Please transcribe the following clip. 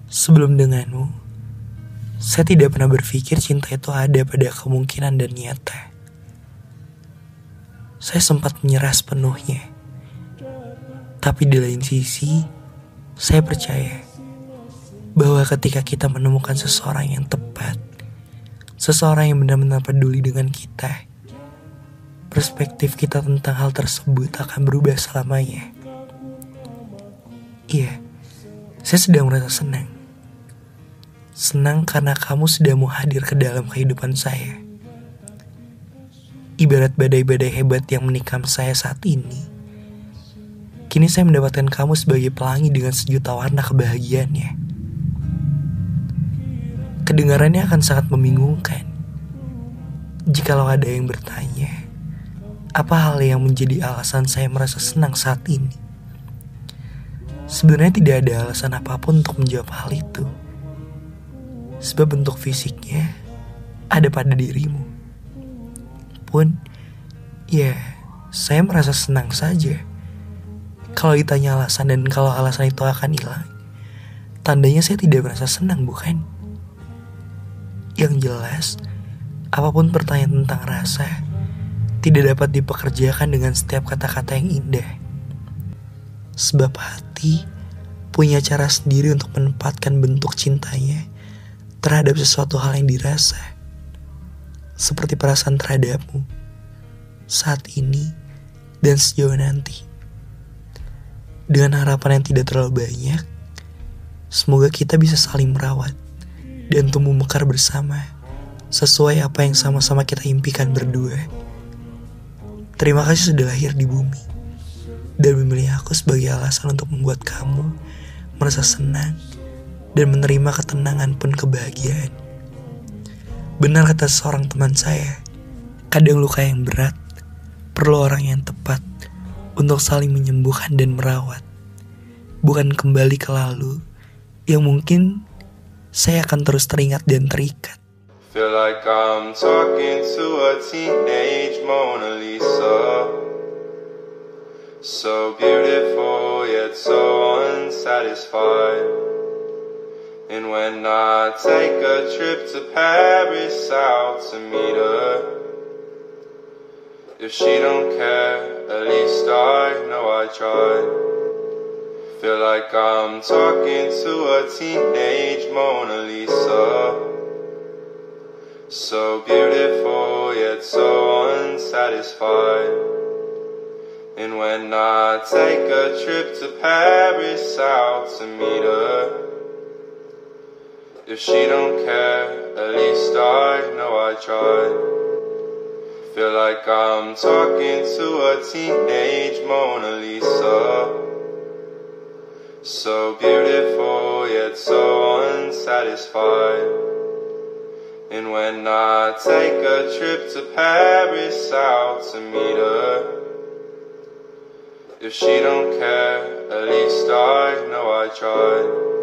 Sebelum denganmu, saya tidak pernah berpikir cinta itu ada pada kemungkinan dan nyata. Saya sempat menyerah sepenuhnya. Tapi di lain sisi, saya percaya bahwa ketika kita menemukan seseorang yang tepat, seseorang yang benar-benar peduli dengan kita, perspektif kita tentang hal tersebut akan berubah selamanya. Iya, saya sedang merasa senang. Senang karena kamu sudah mau hadir ke dalam kehidupan saya. Ibarat badai-badai hebat yang menikam saya saat ini. Kini saya mendapatkan kamu sebagai pelangi dengan sejuta warna kebahagiaannya. Kedengarannya akan sangat membingungkan jikalau ada yang bertanya, apa hal yang menjadi alasan saya merasa senang saat ini? Sebenarnya tidak ada alasan apapun untuk menjawab hal itu. Sebab bentuk fisiknya ada pada dirimu. Pun, ya, saya merasa senang saja. Kalau ditanya alasan dan kalau alasan itu akan hilang, tandanya saya tidak merasa senang, bukan? Yang jelas, apapun pertanyaan tentang rasa tidak dapat dipekerjakan dengan setiap kata-kata yang indah. Sebab hati punya cara sendiri untuk menempatkan bentuk cintanya terhadap sesuatu hal yang dirasa. Seperti perasaan terhadapmu saat ini dan sejauh nanti. Dengan harapan yang tidak terlalu banyak, semoga kita bisa saling merawat dan tumbuh mekar bersama sesuai apa yang sama-sama kita impikan berdua. Terima kasih sudah lahir di bumi dan memilih aku sebagai alasan untuk membuat kamu merasa senang dan menerima ketenangan pun kebahagiaan. Benar kata seorang teman saya, kadang luka yang berat perlu orang yang tepat untuk saling menyembuhkan dan merawat. Bukan kembali ke lalu yang mungkin saya akan terus teringat dan terikat. Feel like I'm talking to a teenage Mona Lisa, so beautiful yet so unsatisfied. And when I take a trip to Paris out to meet her, if she don't care, at least I know I tried. Feel like I'm talking to a teenage Mona Lisa, so beautiful yet so unsatisfied. And when I take a trip to Paris out to meet her, if she don't care, at least I know I tried. Feel like I'm talking to a teenage Mona Lisa, so beautiful yet so unsatisfied. And when I take a trip to Paris out to meet her, if she don't care, at least I know I tried.